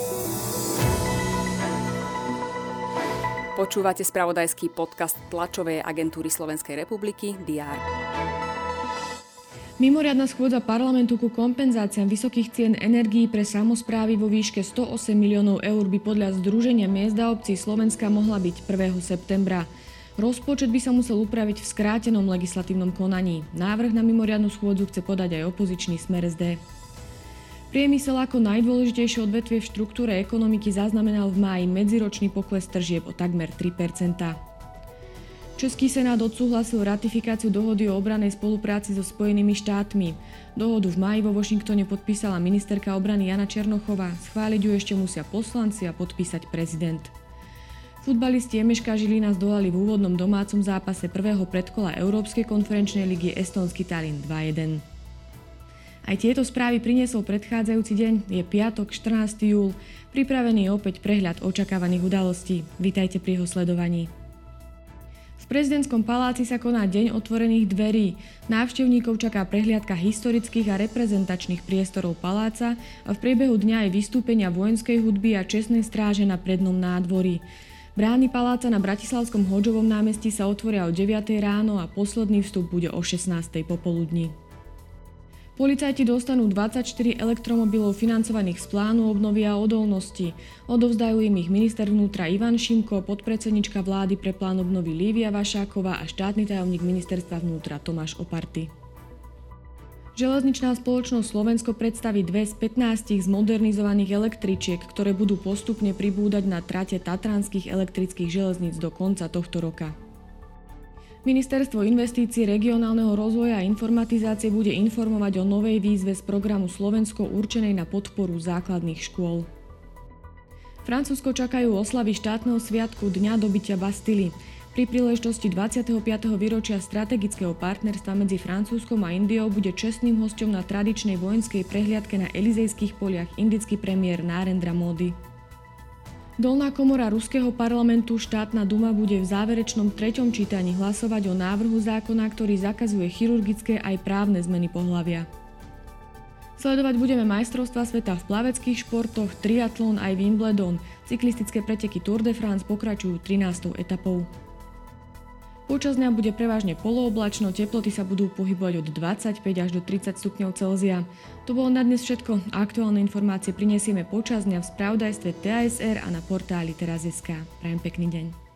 Počúvate spravodajský podcast tlačovej agentúry Slovenskej republiky DR. Mimoriadna schôdza parlamentu ku kompenzáciám vysokých cien energií pre samosprávy vo výške 108 miliónov eur by podľa Združenia miest a obcí Slovenska mohla byť 1. septembra. Rozpočet by sa musel upraviť v skrátenom legislatívnom konaní. Návrh na mimoriadnu schôdzu chce podať aj opozičný Smer SD. Priemysel ako najdôležitejšie odvetvie v štruktúre ekonomiky zaznamenal v máji medziročný pokles tržieb o takmer 3%. Český senát odsúhlasil ratifikáciu dohody o obrannej spolupráci so Spojenými štátmi. Dohodu v máji vo Washingtone podpísala ministerka obrany Jana Černochová. Schváliť ju ešte musia poslanci a podpísať prezident. Futbalisti Emeška Žilina zdolali v úvodnom domácom zápase prvého predkola Európskej konferenčnej ligy estónsky Tallinn 2-1. Aj tieto správy priniesol predchádzajúci deň, je piatok 14. júl, pripravený opäť prehľad očakávaných udalostí. Vítajte pri jeho sledovaní. V prezidentskom paláci sa koná deň otvorených dverí. Návštevníkov čaká prehliadka historických a reprezentačných priestorov paláca a v priebehu dňa aj vystúpenia vojenskej hudby a čestnej stráže na prednom nádvorí. Brány paláca na Bratislavskom Hodžovom námestí sa otvoria o 9 ráno a posledný vstup bude o 16 popoludní. Policajti dostanú 24 elektromobilov financovaných z plánu obnovy a odolnosti. Odovzdajú im ich minister vnútra Ivan Šimko, podpredsednička vlády pre plán obnovy Lívia Vašáková a štátny tajomník ministerstva vnútra Tomáš Oparty. Železničná spoločnosť Slovensko predstaví 2 z 15 zmodernizovaných električiek, ktoré budú postupne pribúdať na trate tatranských elektrických železníc do konca tohto roka. Ministerstvo investícií, regionálneho rozvoja a informatizácie bude informovať o novej výzve z programu Slovensko určenej na podporu základných škôl. Francúzsko čakajú oslavy štátneho sviatku Dňa dobytia Bastily. Pri príležitosti 25. výročia strategického partnerstva medzi Francúzskom a Indiou bude čestným hosťom na tradičnej vojenskej prehliadke na Elizejských poliach indický premiér Narendra Modi. Dolná komora ruského parlamentu štátna duma bude v záverečnom 3. čítaní hlasovať o návrhu zákona, ktorý zakazuje chirurgické aj právne zmeny pohlavia. Sledovať budeme majstrovstvá sveta v plaveckých športoch, triatlon aj Wimbledon. Cyklistické preteky Tour de France pokračujú 13. etapou. Počas dňa bude prevažne polooblačno, teploty sa budú pohybovať od 25 až do 30 stupňov Celzia. To bolo na dnes všetko. Aktuálne informácie prinesieme počas dňa v spravodajstve TASR a na portáli teraz.sk. Prajem pekný deň.